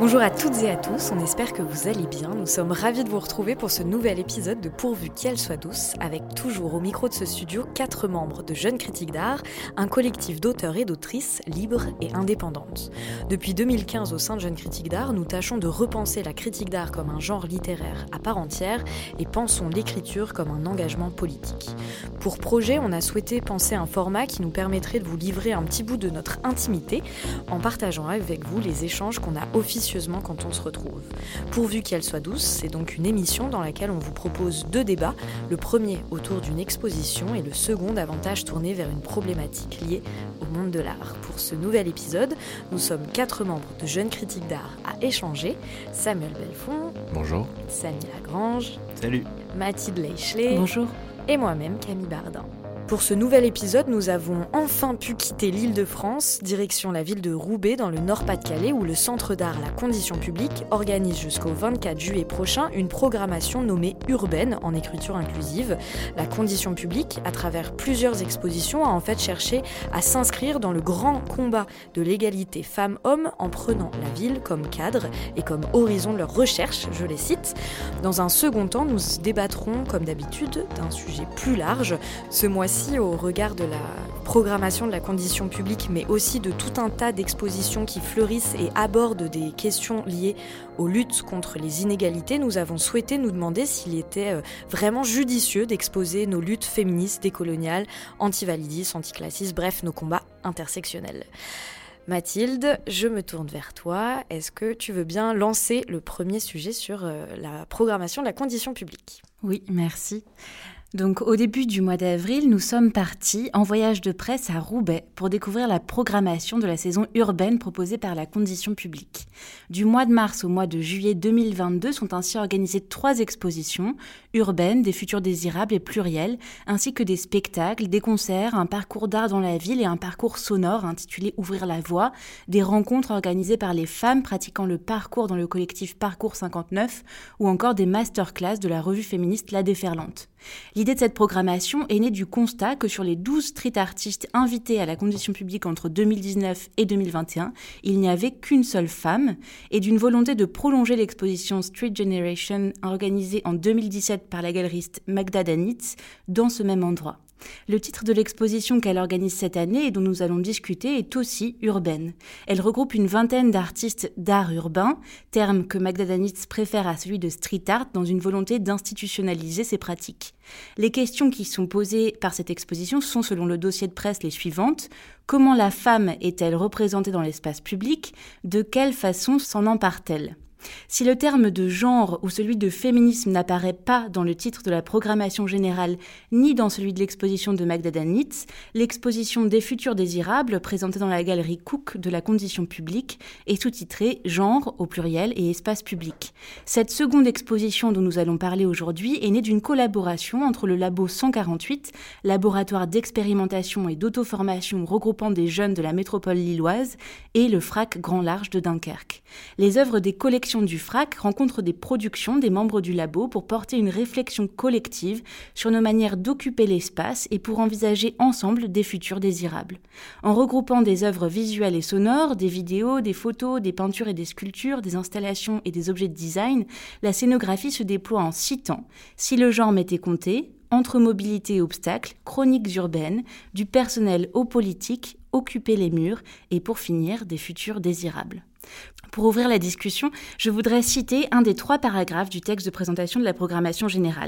Bonjour à toutes et à tous, on espère que vous allez bien. Nous sommes ravis de vous retrouver pour ce nouvel épisode de Pourvu qu'elle soit douce, avec toujours au micro de ce studio 4 membres de Jeunes Critiques d'Art, un collectif d'auteurs et d'autrices libres et indépendantes. Depuis 2015 au sein de Jeunes Critiques d'Art, nous tâchons de repenser la critique d'art comme un genre littéraire à part entière et pensons l'écriture comme un engagement politique. Pour projet, on a souhaité penser un format qui nous permettrait de vous livrer un petit bout de notre intimité en partageant avec vous les échanges qu'on a officieusement quand on se retrouve. Pourvu qu'elle soit douce, c'est donc une émission dans laquelle on vous propose 2 débats, le premier autour d'une exposition et le second davantage tourné vers une problématique liée au monde de l'art. Pour ce nouvel épisode, nous sommes 4 membres de Jeunes Critiques d'Art à échanger. Samuel Belfond. Bonjour. Samy Lagrange. Salut. Mathilde Leichelet. Bonjour. Et moi-même, Camille Bardin. Pour ce nouvel épisode, nous avons enfin pu quitter l'Île-de-France, direction la ville de Roubaix dans le Nord-Pas-de-Calais où le Centre d'art La Condition Publique organise jusqu'au 24 juillet prochain une programmation nommée Urbaine en écriture inclusive. La Condition Publique, à travers plusieurs expositions, a en fait cherché à s'inscrire dans le grand combat de l'égalité femmes-hommes en prenant la ville comme cadre et comme horizon de leur recherche, je les cite. Dans un second temps, nous débattrons, comme d'habitude, d'un sujet plus large. Ce mois-ci, au regard de la programmation de la Condition Publique, mais aussi de tout un tas d'expositions qui fleurissent et abordent des questions liées aux luttes contre les inégalités, nous avons souhaité nous demander s'il était vraiment judicieux d'exposer nos luttes féministes, décoloniales, antivalidistes, anticlassistes, bref, nos combats intersectionnels. Mathilde, je me tourne vers toi. Est-ce que tu veux bien lancer le premier sujet sur la programmation de la Condition Publique ? Oui, merci. Donc, au début du mois d'avril, nous sommes partis en voyage de presse à Roubaix pour découvrir la programmation de la saison urbaine proposée par la Condition Publique. Du mois de mars au mois de juillet 2022 sont ainsi organisées 3 expositions urbaines, des futurs désirables et pluriels, ainsi que des spectacles, des concerts, un parcours d'art dans la ville et un parcours sonore intitulé Ouvrir la voie, des rencontres organisées par les femmes pratiquant le parcours dans le collectif Parcours 59 ou encore des masterclass de la revue féministe La Déferlante. L'idée de cette programmation est née du constat que sur les 12 street artistes invités à la Condition Publique entre 2019 et 2021, il n'y avait qu'une seule femme et d'une volonté de prolonger l'exposition Street Generation organisée en 2017 par la galeriste Magda Danitz dans ce même endroit. Le titre de l'exposition qu'elle organise cette année et dont nous allons discuter est aussi urbaine. Elle regroupe une vingtaine d'artistes d'art urbain, terme que Magda Danitz préfère à celui de street art dans une volonté d'institutionnaliser ces pratiques. Les questions qui sont posées par cette exposition sont, selon le dossier de presse, les suivantes. Comment la femme est-elle représentée dans l'espace public ? De quelle façon s'en empare-t-elle ? Si le terme de genre ou celui de féminisme n'apparaît pas dans le titre de la programmation générale ni dans celui de l'exposition de Magda Danitz, l'exposition des futurs désirables présentée dans la galerie Cook de la Condition Publique est sous-titrée « Genre » au pluriel et espace public. Cette seconde exposition dont nous allons parler aujourd'hui est née d'une collaboration entre le Labo 148, laboratoire d'expérimentation et d'auto-formation regroupant des jeunes de la métropole lilloise, et le FRAC Grand Large de Dunkerque. Les œuvres des collections du FRAC rencontrent des productions des membres du labo pour porter une réflexion collective sur nos manières d'occuper l'espace et pour envisager ensemble des futurs désirables. En regroupant des œuvres visuelles et sonores, des vidéos, des photos, des peintures et des sculptures, des installations et des objets de design, la scénographie se déploie en 6 temps. Si le genre m'était compté, entre mobilité et obstacles, chroniques urbaines, du personnel aux politiques, occuper les murs et pour finir, des futurs désirables. Pour ouvrir la discussion, je voudrais citer un des 3 paragraphes du texte de présentation de la programmation générale.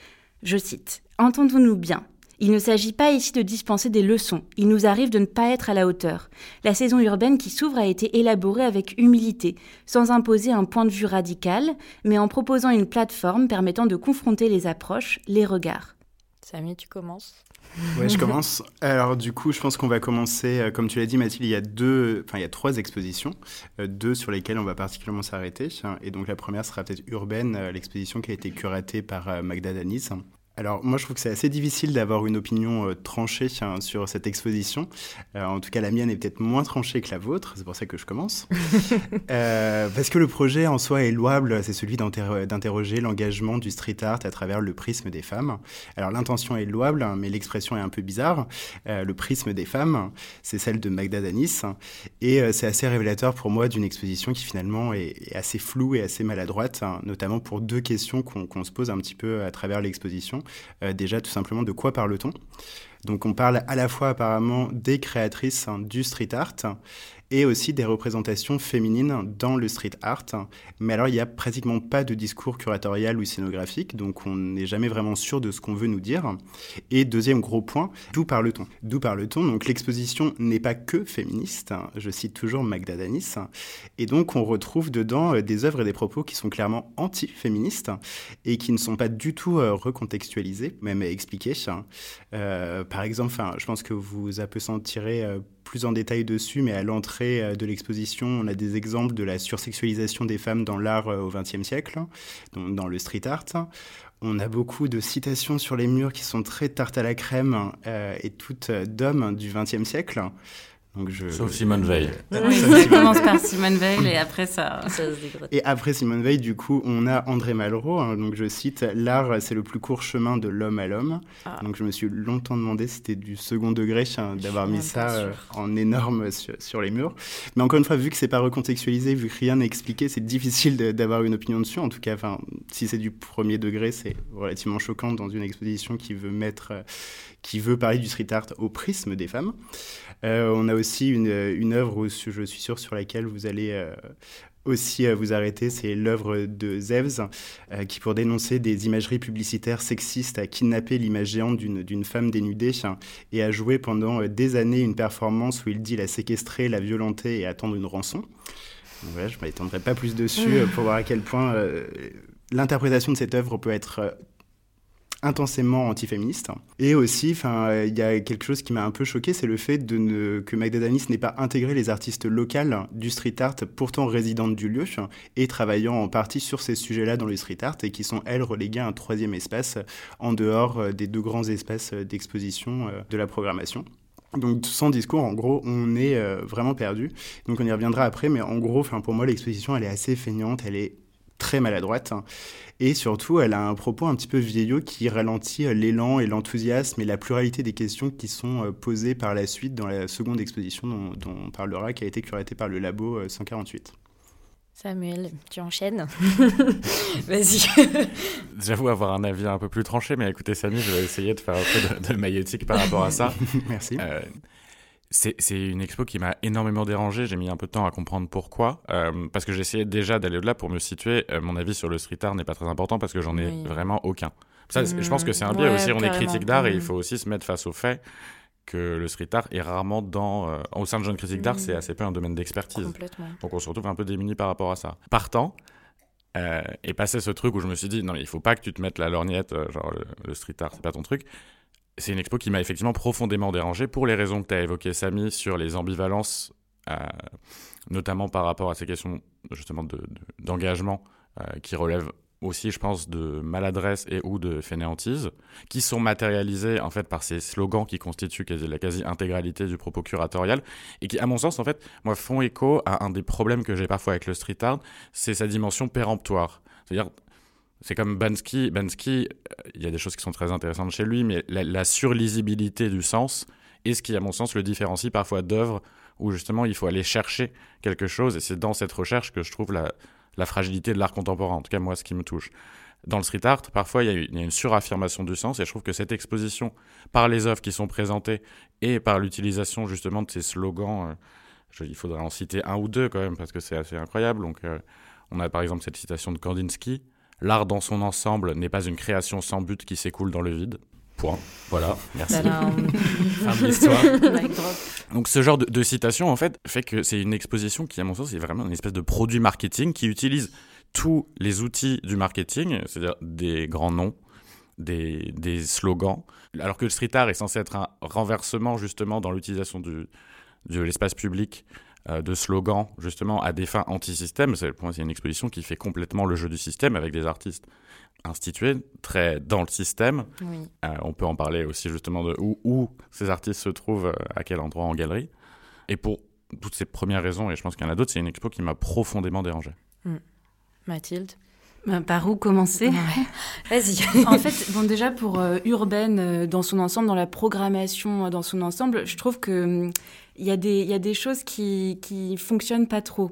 Je cite « Entendons-nous bien. Il ne s'agit pas ici de dispenser des leçons. Il nous arrive de ne pas être à la hauteur. La saison urbaine qui s'ouvre a été élaborée avec humilité, sans imposer un point de vue radical, mais en proposant une plateforme permettant de confronter les approches, les regards. » Samy, tu commences ? Ouais, je commence. Alors du coup, je pense qu'on va commencer, comme tu l'as dit Mathilde, il y a 3 expositions, 2 sur lesquelles on va particulièrement s'arrêter. Et donc la première sera peut-être urbaine, l'exposition qui a été curatée par Magda Danitz. Alors moi je trouve que c'est assez difficile d'avoir une opinion tranchée sur cette exposition. En tout cas la mienne est peut-être moins tranchée que la vôtre, c'est pour ça que je commence. Parce que le projet en soi est louable, c'est celui d'interroger l'engagement du street art à travers le prisme des femmes. Alors l'intention est louable, mais l'expression est un peu bizarre. Le prisme des femmes, c'est celle de Magda Danis, et c'est assez révélateur pour moi d'une exposition qui finalement est assez floue et assez maladroite, notamment pour deux questions qu'on se pose un petit peu à travers l'exposition. Déjà, tout simplement, de quoi parle-t-on ? Donc, on parle à la fois apparemment des créatrices du street art et aussi des représentations féminines dans le street art. Mais alors, il n'y a pratiquement pas de discours curatorial ou scénographique, donc on n'est jamais vraiment sûr de ce qu'on veut nous dire. Et deuxième gros point, d'où parle-t-on ? D'où parle-t-on ? Donc l'exposition n'est pas que féministe, je cite toujours Magda Danis, et donc on retrouve dedans des œuvres et des propos qui sont clairement anti-féministes et qui ne sont pas du tout recontextualisés, même expliqués. Par exemple, je pense que vous apesantirez plus en détail dessus, mais à l'entrée de l'exposition, on a des exemples de la sursexualisation des femmes dans l'art au XXe siècle, donc dans le street art. On a beaucoup de citations sur les murs qui sont très tarte à la crème et toutes d'hommes du XXe siècle. Donc Sauf Simone Veil. Oui, ça commence par Simone Veil et après ça se dégrade. Et après Simone Veil, du coup, on a André Malraux. Donc je cite, « L'art, c'est le plus court chemin de l'homme à l'homme ». Donc je me suis longtemps demandé si c'était du second degré d'avoir mis ça en énorme sur les murs. Mais encore une fois, vu que c'est pas recontextualisé, vu que rien n'est expliqué, c'est difficile d'avoir une opinion dessus. En tout cas, si c'est du premier degré, c'est relativement choquant dans une exposition qui veut parler du street art au prisme des femmes. On a aussi une œuvre où je suis sûr sur laquelle vous allez aussi vous arrêter, c'est l'œuvre de Zevs qui, pour dénoncer des imageries publicitaires sexistes, a kidnappé l'image géante d'une femme dénudée et a joué pendant des années une performance où il dit la séquestrer, la violenter et attendre une rançon. Donc voilà, je ne m'étendrai pas plus dessus pour voir à quel point l'interprétation de cette œuvre peut être intensément antiféministe. Et aussi, il y a quelque chose qui m'a un peu choqué, c'est le fait que Magda Danis n'ait pas intégré les artistes locales du street art, pourtant résidentes du lieu, et travaillant en partie sur ces sujets-là dans le street art, et qui sont, elles, reléguées à un troisième espace, en dehors des deux grands espaces d'exposition de la programmation. Donc sans discours, en gros, on est vraiment perdu. Donc on y reviendra après, mais en gros, pour moi, l'exposition, elle est assez feignante, elle est très maladroite. Et surtout, elle a un propos un petit peu vieillot qui ralentit l'élan et l'enthousiasme et la pluralité des questions qui sont posées par la suite dans la seconde exposition dont on parlera, qui a été curatée par le Labo 148. Samuel, tu enchaînes. Vas-y. J'avoue avoir un avis un peu plus tranché, mais écoutez Samy, je vais essayer de faire un peu de maïeutique par rapport à ça. Merci. C'est une expo qui m'a énormément dérangé, j'ai mis un peu de temps à comprendre pourquoi, parce que j'essayais déjà d'aller au-delà pour me situer. Mon avis sur le street art n'est pas très important parce que j'en ai vraiment aucun. Ça, je pense que c'est un biais aussi, on est critique d'art et il faut aussi se mettre face au fait que le street art est rarement au sein de jeunes critiques d'art, c'est assez peu un domaine d'expertise. Complètement. Donc on se retrouve un peu démuni par rapport à ça. Partant, et passé ce truc où je me suis dit, non mais il faut pas que tu te mettes la lorgnette, genre le street art, c'est pas ton truc. C'est une expo qui m'a effectivement profondément dérangé pour les raisons que tu as évoquées, Samy, sur les ambivalences, notamment par rapport à ces questions justement d'engagement qui relèvent aussi, je pense, de maladresse et ou de fainéantise, qui sont matérialisés en fait par ces slogans qui constituent la quasi-intégralité du propos curatorial et qui, à mon sens, en fait, moi, font écho à un des problèmes que j'ai parfois avec le street art, c'est sa dimension péremptoire. C'est-à-dire, c'est comme Banksy, il y a des choses qui sont très intéressantes chez lui, mais la surlisibilité du sens est ce qui, à mon sens, le différencie parfois d'œuvres où justement il faut aller chercher quelque chose, et c'est dans cette recherche que je trouve la fragilité de l'art contemporain, en tout cas moi ce qui me touche. Dans le street art, parfois il y a une suraffirmation du sens, et je trouve que cette exposition, par les œuvres qui sont présentées et par l'utilisation justement de ces slogans, il faudrait en citer un ou deux quand même, parce que c'est assez incroyable. Donc on a par exemple cette citation de Kandinsky: « L'art dans son ensemble n'est pas une création sans but qui s'écoule dans le vide. » Point. Voilà, merci. Fin de l'histoire. Donc ce genre de citation, en fait, fait que c'est une exposition qui, à mon sens, est vraiment une espèce de produit marketing qui utilise tous les outils du marketing, c'est-à-dire des grands noms, des slogans, alors que le street art est censé être un renversement, justement, dans l'utilisation de l'espace public de slogans, justement, à des fins anti-système. Pour moi, c'est une exposition qui fait complètement le jeu du système avec des artistes institués, très dans le système. Oui. On peut en parler aussi, justement, de où ces artistes se trouvent, à quel endroit en galerie. Et pour toutes ces premières raisons, et je pense qu'il y en a d'autres, c'est une expo qui m'a profondément dérangé. Mathilde? Par où commencer? Vas-y. En fait, déjà pour Urbaine dans son ensemble, dans la programmation dans son ensemble, je trouve que il y a des choses qui fonctionnent pas trop.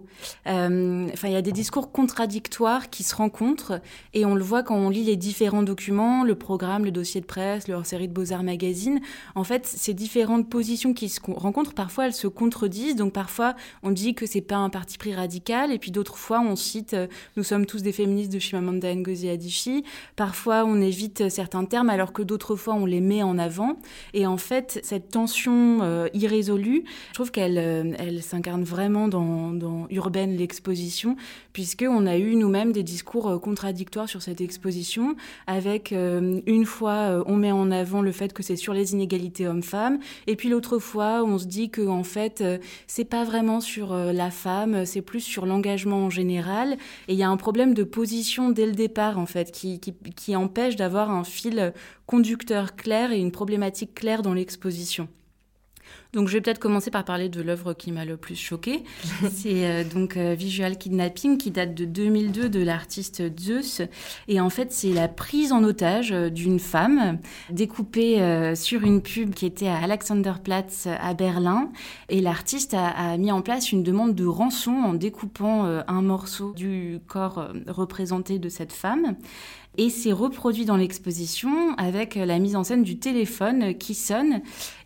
Il y a des discours contradictoires qui se rencontrent et on le voit quand on lit les différents documents, le programme, le dossier de presse, le hors-série de Beaux-Arts Magazine. En fait, ces différentes positions qui se rencontrent, parfois elles se contredisent. Donc parfois, on dit que c'est pas un parti pris radical et puis d'autres fois, on cite « Nous sommes tous des féministes » de Chimamanda Ngozi Adichie. Parfois, on évite certains termes alors que d'autres fois, on les met en avant. Et en fait, cette tension irrésolue, je trouve qu'elle s'incarne vraiment dans Urbaine, l'exposition, puisqu'on a eu nous-mêmes des discours contradictoires sur cette exposition, avec une fois, on met en avant le fait que c'est sur les inégalités hommes-femmes, et puis l'autre fois, on se dit que en fait, c'est pas vraiment sur la femme, c'est plus sur l'engagement en général, et il y a un problème de position dès le départ, en fait, qui empêche d'avoir un fil conducteur clair et une problématique claire dans l'exposition. Donc, je vais peut-être commencer par parler de l'œuvre qui m'a le plus choquée. C'est Visual Kidnapping, qui date de 2002, de l'artiste Zeus. Et en fait, c'est la prise en otage d'une femme découpée sur une pub qui était à Alexanderplatz à Berlin. Et l'artiste a mis en place une demande de rançon en découpant un morceau du corps représenté de cette femme. Et c'est reproduit dans l'exposition avec la mise en scène du téléphone qui sonne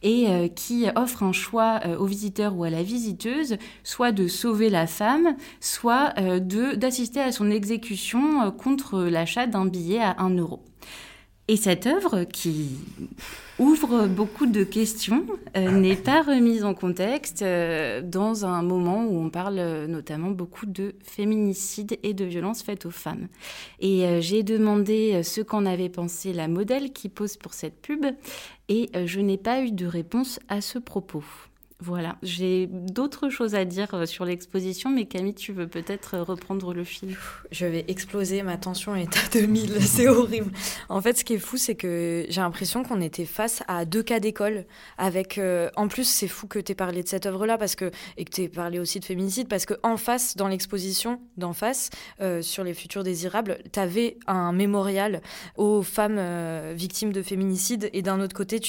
et qui offre un choix au visiteur ou à la visiteuse, soit de sauver la femme, soit d'assister à son exécution contre l'achat d'un billet à 1 €. Et cette œuvre, qui ouvre beaucoup de questions, n'est pas remise en contexte dans un moment où on parle notamment beaucoup de féminicide et de violences faites aux femmes. Et j'ai demandé ce qu'en avait pensé la modèle qui pose pour cette pub, et je n'ai pas eu de réponse à ce propos. Voilà, j'ai d'autres choses à dire sur l'exposition, mais Camille, tu veux peut-être reprendre le fil? Je vais exploser, ma tension est à 2000, c'est horrible. En fait, ce qui est fou, c'est que j'ai l'impression qu'on était face à 2 cas d'école. Avec, en plus, c'est fou que tu aies parlé de cette œuvre-là et que tu aies parlé aussi de féminicide, parce qu'en face, dans l'exposition d'en face, sur les futurs désirables, tu avais un mémorial aux femmes victimes de féminicide, et d'un autre côté,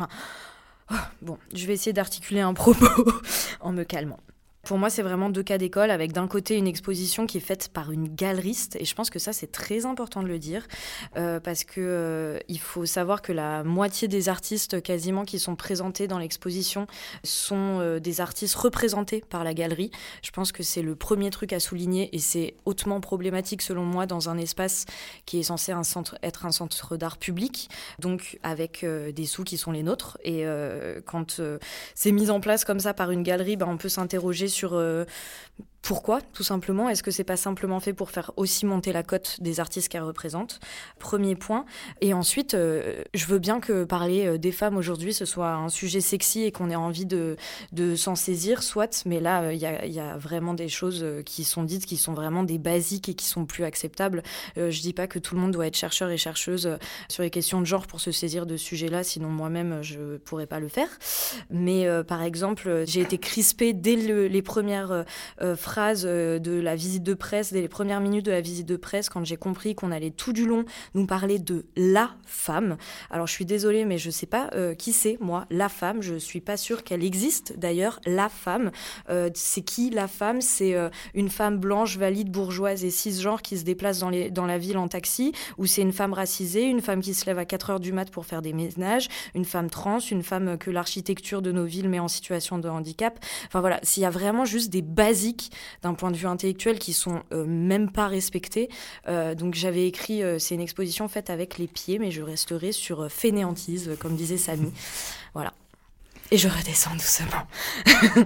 bon, je vais essayer d'articuler un propos en me calmant. Pour moi, c'est vraiment 2 cas d'école, avec d'un côté une exposition qui est faite par une galeriste, et je pense que ça, c'est très important de le dire, parce que il faut savoir que la moitié des artistes quasiment qui sont présentés dans l'exposition sont des artistes représentés par la galerie. Je pense que c'est le premier truc à souligner, et c'est hautement problématique selon moi dans un espace qui est censé être un centre d'art public, donc avec des sous qui sont les nôtres. Et quand c'est mis en place comme ça par une galerie, on peut s'interroger sur pourquoi, tout simplement. Est-ce que c'est pas simplement fait pour faire aussi monter la cote des artistes qu'elle représente? Premier point. Et ensuite, je veux bien que parler des femmes aujourd'hui, ce soit un sujet sexy et qu'on ait envie de s'en saisir, soit. Mais là, il y a vraiment des choses qui sont dites, qui sont vraiment des basiques et qui sont plus acceptables. Je dis pas que tout le monde doit être chercheur et chercheuse sur les questions de genre pour se saisir de ce sujet-là, sinon moi-même, je pourrais pas le faire. Mais par exemple, j'ai été crispée dès les premières phrases de la visite de presse, dès les premières minutes de la visite de presse, quand j'ai compris qu'on allait tout du long nous parler de la femme. Alors je suis désolée, mais je sais pas qui c'est, moi, la femme. Je suis pas sûre qu'elle existe, d'ailleurs, la femme. C'est qui la femme? C'est une femme blanche, valide, bourgeoise et cisgenre qui se déplace dans la ville en taxi, ou c'est une femme racisée, une femme qui se lève à 4h du mat pour faire des ménages, une femme trans, une femme que l'architecture de nos villes met en situation de handicap. Enfin voilà, s'il y a vraiment juste des basiques d'un point de vue intellectuel qui sont même pas respectés. Donc j'avais écrit, c'est une exposition faite avec les pieds, mais je resterai sur fainéantise, comme disait Samy. Voilà. Et je redescends doucement.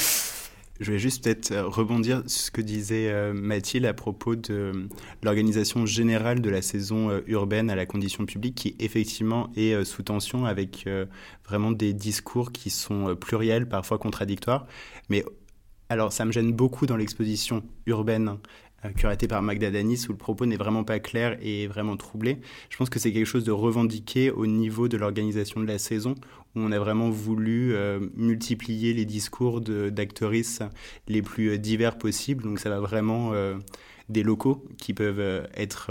Je vais juste peut-être rebondir sur ce que disait Mathilde à propos de l'organisation générale de la saison urbaine à la condition publique, qui effectivement est sous tension, avec vraiment des discours qui sont pluriels, parfois contradictoires. Mais Alors, ça me gêne beaucoup dans l'exposition urbaine curatée par Magda Danis, où le propos n'est vraiment pas clair et vraiment troublé. Je pense que c'est quelque chose de revendiqué au niveau de l'organisation de la saison, où on a vraiment voulu multiplier les discours d'actrices les plus divers possibles. Donc ça va vraiment des locaux qui peuvent être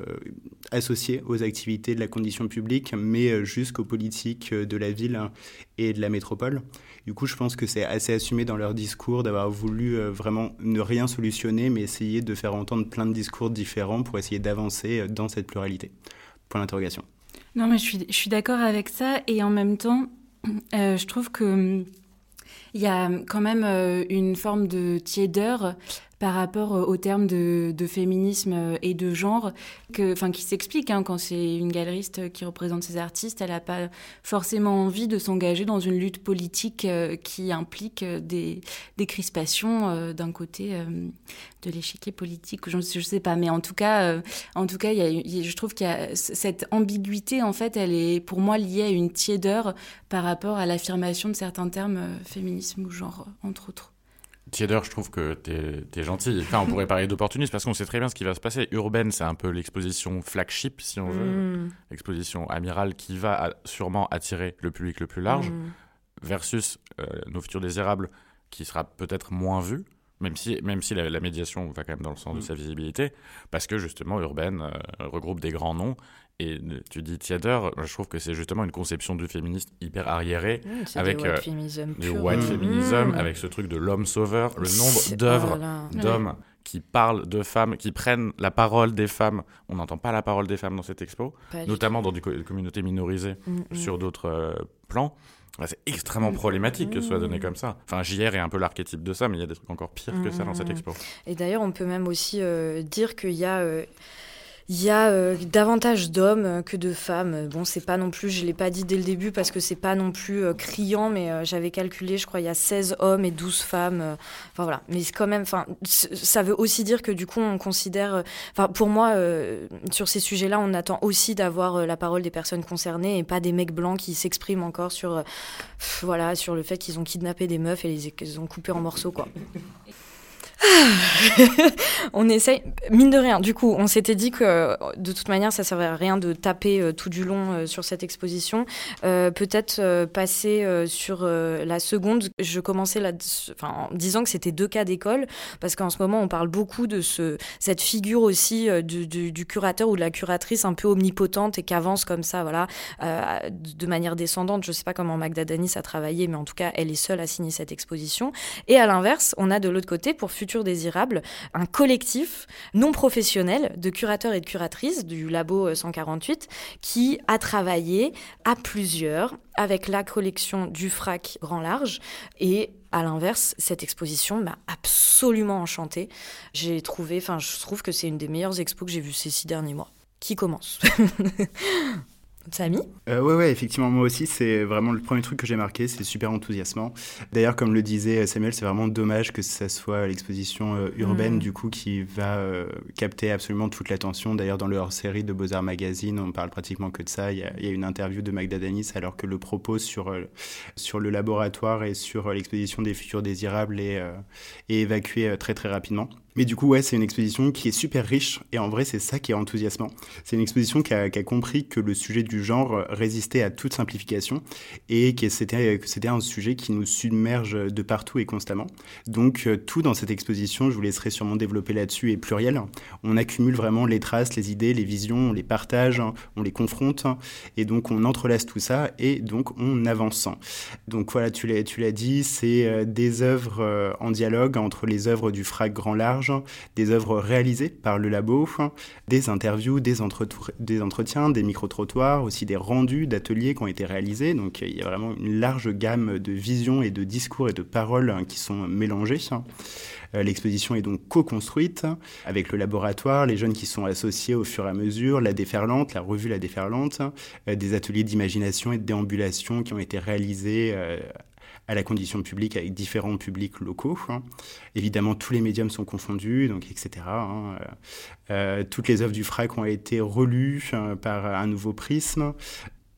associés aux activités de la condition publique, mais jusqu'aux politiques de la ville et de la métropole. Du coup, je pense que c'est assez assumé dans leur discours d'avoir voulu vraiment ne rien solutionner, mais essayer de faire entendre plein de discours différents pour essayer d'avancer dans cette pluralité. Point d'interrogation. Non, mais je suis d'accord avec ça. Et en même temps, je trouve qu'il y a quand même une forme de tiédeur par rapport au terme de féminisme et de genre, qui s'explique quand c'est une galeriste qui représente ces artistes. Elle n'a pas forcément envie de s'engager dans une lutte politique qui implique des crispations d'un côté de l'échiquier politique. Je ne sais pas, mais en tout cas, je trouve qu'il y a cette ambiguïté, en fait, elle est pour moi liée à une tiédeur par rapport à l'affirmation de certains termes féminisme ou genre, entre autres. Tiédeur, je trouve que t'es gentil. Enfin, on pourrait parler d'opportunisme parce qu'on sait très bien ce qui va se passer. Urbaine, c'est un peu l'exposition flagship, si on veut. L'exposition amirale qui va sûrement attirer le public le plus large. Versus Nos Futurs Désirables, qui sera peut-être moins vu, même si la médiation va quand même dans le sens de sa visibilité. Parce que justement, Urbaine regroupe des grands noms. Et tu dis tiédeur, je trouve que c'est justement une conception du féministe hyper arriérée, avec du white feminism, avec ce truc de l'homme sauveur, le nombre d'œuvres d'hommes qui parlent de femmes, qui prennent la parole des femmes. On n'entend pas la parole des femmes dans cette expo, notamment dans des communautés minorisées sur d'autres plans. C'est extrêmement problématique que ce soit donné comme ça. Enfin, JR est un peu l'archétype de ça, mais il y a des trucs encore pires que ça dans cette expo. Et d'ailleurs, on peut même aussi dire qu'il y a... Il y a davantage d'hommes que de femmes. Bon, c'est pas non plus, je l'ai pas dit dès le début parce que c'est pas non plus criant, mais j'avais calculé, je crois, il y a 16 hommes et 12 femmes. Enfin voilà, mais c'est quand même, ça veut aussi dire que du coup, on considère, pour moi, sur ces sujets-là, on attend aussi d'avoir la parole des personnes concernées et pas des mecs blancs qui s'expriment encore sur le fait qu'ils ont kidnappé des meufs et les ont coupées en morceaux, quoi. On essaye, mine de rien, du coup on s'était dit que de toute manière ça servait à rien de taper tout du long sur cette exposition, peut-être passer sur la seconde. Je commençais en disant que c'était 2 cas d'école, parce qu'en ce moment on parle beaucoup de cette figure aussi du curateur ou de la curatrice un peu omnipotente et qui avance comme ça, de manière descendante. Je sais pas comment Magda Danis a travaillé, mais en tout cas elle est seule à signer cette exposition. Et à l'inverse, on a de l'autre côté, pour Futurs Désirables, un collectif non professionnel de curateurs et de curatrices du Labo 148 qui a travaillé à plusieurs avec la collection du FRAC Grand Large. Et à l'inverse, cette exposition m'a absolument enchantée. Je trouve que c'est une des meilleures expos que j'ai vues ces 6 derniers mois. Qui commence ? Samy ? Ouais, effectivement, moi aussi, c'est vraiment le premier truc que j'ai marqué, c'est super enthousiasmant. D'ailleurs, comme le disait Samuel, c'est vraiment dommage que ça soit l'exposition urbaine, du coup, qui va capter absolument toute l'attention. D'ailleurs, dans le hors-série de Beaux-Arts Magazine, on parle pratiquement que de ça. Il y a une interview de Magda Danis, alors que le propos sur le laboratoire et sur l'exposition des Futurs Désirables est évacué très, très rapidement. Mais du coup, c'est une exposition qui est super riche, et en vrai, c'est ça qui est enthousiasmant. C'est une exposition qui a compris que le sujet du genre résistait à toute simplification, et que c'était un sujet qui nous submerge de partout et constamment. Donc, tout dans cette exposition, je vous laisserai sûrement développer là-dessus, est pluriel. On accumule vraiment les traces, les idées, les visions, on les partage, on les confronte, et donc on entrelace tout ça, et donc on avance. Donc voilà, tu l'as dit, c'est des œuvres en dialogue entre les œuvres du FRAC Grand Large, des œuvres réalisées par le labo, des interviews, des entretiens, des micro-trottoirs, aussi des rendus d'ateliers qui ont été réalisés. Donc il y a vraiment une large gamme de visions et de discours et de paroles qui sont mélangées. L'exposition est donc co-construite avec le laboratoire, les jeunes qui sont associés au fur et à mesure, la Déferlante, la revue La Déferlante, des ateliers d'imagination et de déambulation qui ont été réalisés à la condition publique avec différents publics locaux. Évidemment, tous les médiums sont confondus, donc, etc. Toutes les œuvres du FRAC ont été relues par un nouveau prisme.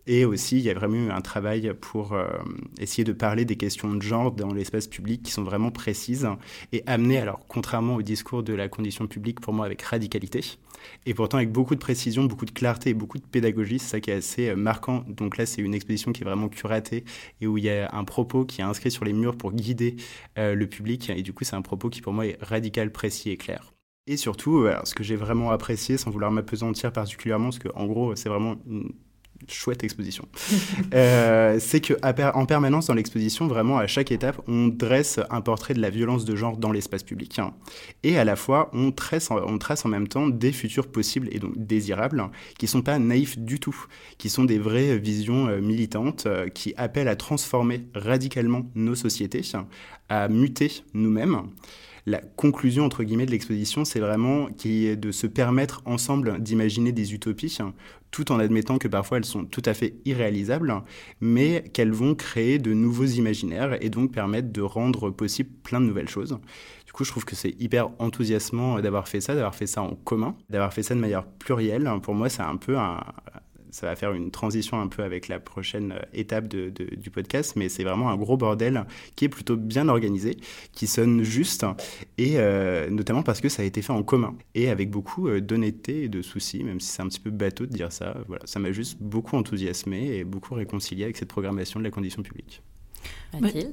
Et aussi, il y a vraiment eu un travail pour essayer de parler des questions de genre dans l'espace public qui sont vraiment précises et amenées, alors contrairement au discours de la condition publique, pour moi, avec radicalité, et pourtant avec beaucoup de précision, beaucoup de clarté et beaucoup de pédagogie. C'est ça qui est assez marquant. Donc là, c'est une exposition qui est vraiment curatée et où il y a un propos qui est inscrit sur les murs pour guider le public. Et du coup, c'est un propos qui, pour moi, est radical, précis et clair. Et surtout, alors, ce que j'ai vraiment apprécié, sans vouloir m'appesantir particulièrement, parce qu'en gros, c'est vraiment une chouette exposition, c'est qu'en permanence dans l'exposition, vraiment à chaque étape, on dresse un portrait de la violence de genre dans l'espace public. Et à la fois, on trace en même temps des futurs possibles et donc désirables, qui ne sont pas naïfs du tout, qui sont des vraies visions militantes, qui appellent à transformer radicalement nos sociétés, à muter nous-mêmes. La conclusion, entre guillemets, de l'exposition, c'est vraiment de se permettre ensemble d'imaginer des utopies, tout en admettant que parfois elles sont tout à fait irréalisables, mais qu'elles vont créer de nouveaux imaginaires et donc permettre de rendre possible plein de nouvelles choses. Du coup, je trouve que c'est hyper enthousiasmant d'avoir fait ça en commun, d'avoir fait ça de manière plurielle. Pour moi, c'est un peu ça va faire une transition un peu avec la prochaine étape du podcast, mais c'est vraiment un gros bordel qui est plutôt bien organisé, qui sonne juste, et notamment parce que ça a été fait en commun, et avec beaucoup d'honnêteté et de soucis, même si c'est un petit peu bateau de dire ça. Voilà, ça m'a juste beaucoup enthousiasmé et beaucoup réconcilié avec cette programmation de la condition publique. Mathilde ?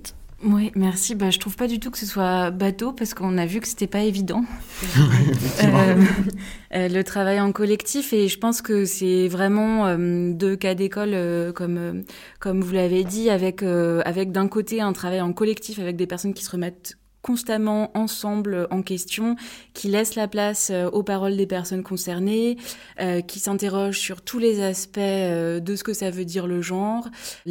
Oui, merci. Je trouve pas du tout que ce soit bateau parce qu'on a vu que c'était pas évident. Le travail en collectif, et je pense que c'est vraiment deux cas d'école comme vous l'avez dit, avec d'un côté un travail en collectif avec des personnes qui se remettent constamment ensemble en question, qui laisse la place aux paroles des personnes concernées, qui s'interrogent sur tous les aspects de ce que ça veut dire le genre,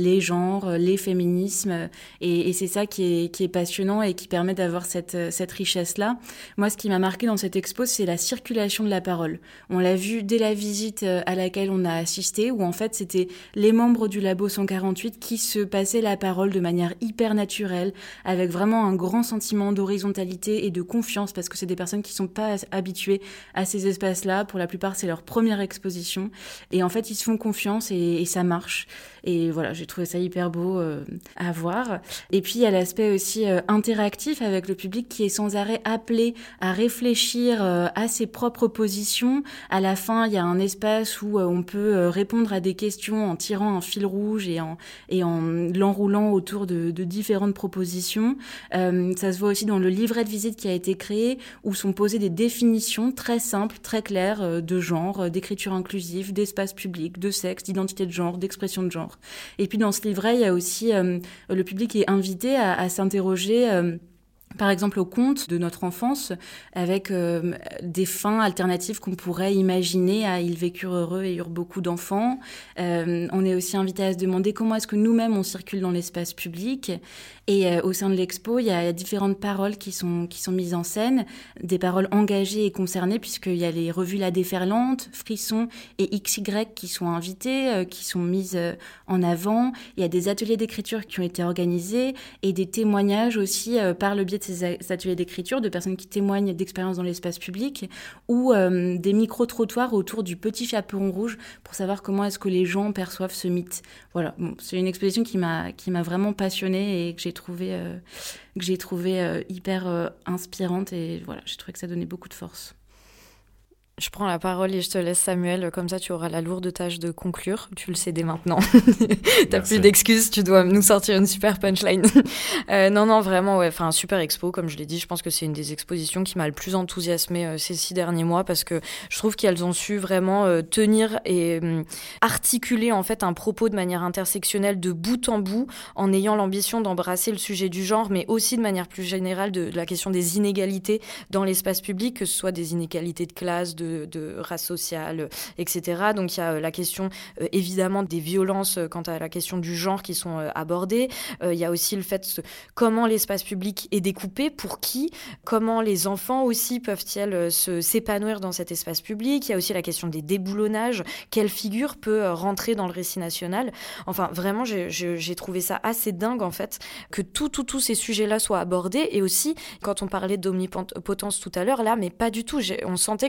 les féminismes, et c'est ça qui est passionnant et qui permet d'avoir cette richesse-là. Moi, ce qui m'a marqué dans cette expo, c'est la circulation de la parole. On l'a vu dès la visite à laquelle on a assisté, où en fait, c'était les membres du Labo 148 qui se passaient la parole de manière hyper naturelle, avec vraiment un grand sentiment d'horizontalité et de confiance, parce que c'est des personnes qui sont pas habituées à ces espaces-là. Pour la plupart, c'est leur première exposition. Et en fait, ils se font confiance et ça marche. Et voilà, j'ai trouvé ça hyper beau à voir. Et puis, il y a l'aspect aussi interactif avec le public qui est sans arrêt appelé à réfléchir à ses propres positions. À la fin, il y a un espace où on peut répondre à des questions en tirant un fil rouge et en l'enroulant autour de différentes propositions. Ça se voit aussi dans le livret de visite qui a été créé, où sont posées des définitions très simples, très claires de genre, d'écriture inclusive, d'espace public, de sexe, d'identité de genre, d'expression de genre. Et puis dans ce livret, il y a aussi le public est invité à s'interroger par exemple au conte de notre enfance, avec des fins alternatives qu'on pourrait imaginer à Ils vécurent heureux et eurent beaucoup d'enfants. On est aussi invité à se demander comment est-ce que nous-mêmes on circule dans l'espace public. Et au sein de l'expo, il y a différentes paroles qui sont mises en scène, des paroles engagées et concernées, puisqu'il y a les revues La Déferlante, Frisson et XY qui sont invitées, qui sont mises en avant. Il y a des ateliers d'écriture qui ont été organisés et des témoignages aussi par le biais de ces ateliers d'écriture de personnes qui témoignent d'expériences dans l'espace public, ou des micro-trottoirs autour du Petit Chaperon Rouge pour savoir comment est-ce que les gens perçoivent ce mythe. Voilà, bon, c'est une exposition qui m'a vraiment passionnée et que j'ai trouvé hyper inspirante, et voilà, j'ai trouvé que ça donnait beaucoup de force. Je prends la parole et je te laisse, Samuel, comme ça tu auras la lourde tâche de conclure. Tu le sais dès maintenant. T'as plus d'excuses, tu dois nous sortir une super punchline. Non, vraiment, ouais, enfin, super expo, comme je l'ai dit. Je pense que c'est une des expositions qui m'a le plus enthousiasmée ces 6 derniers mois, parce que je trouve qu'elles ont su vraiment tenir et articuler en fait un propos de manière intersectionnelle de bout en bout, en ayant l'ambition d'embrasser le sujet du genre, mais aussi de manière plus générale de la question des inégalités dans l'espace public, que ce soit des inégalités de classe, de race sociale, etc. Donc il y a la question évidemment des violences quant à la question du genre qui sont abordées. Il y a aussi le fait comment l'espace public est découpé, pour qui, comment les enfants aussi peuvent-ils s'épanouir dans cet espace public. Il y a aussi la question des déboulonnages, quelle figure peut rentrer dans le récit national. Enfin vraiment j'ai trouvé ça assez dingue en fait que tous ces sujets-là soient abordés. Et aussi quand on parlait d'omnipotence tout à l'heure là, mais pas du tout, on sentait que vraiment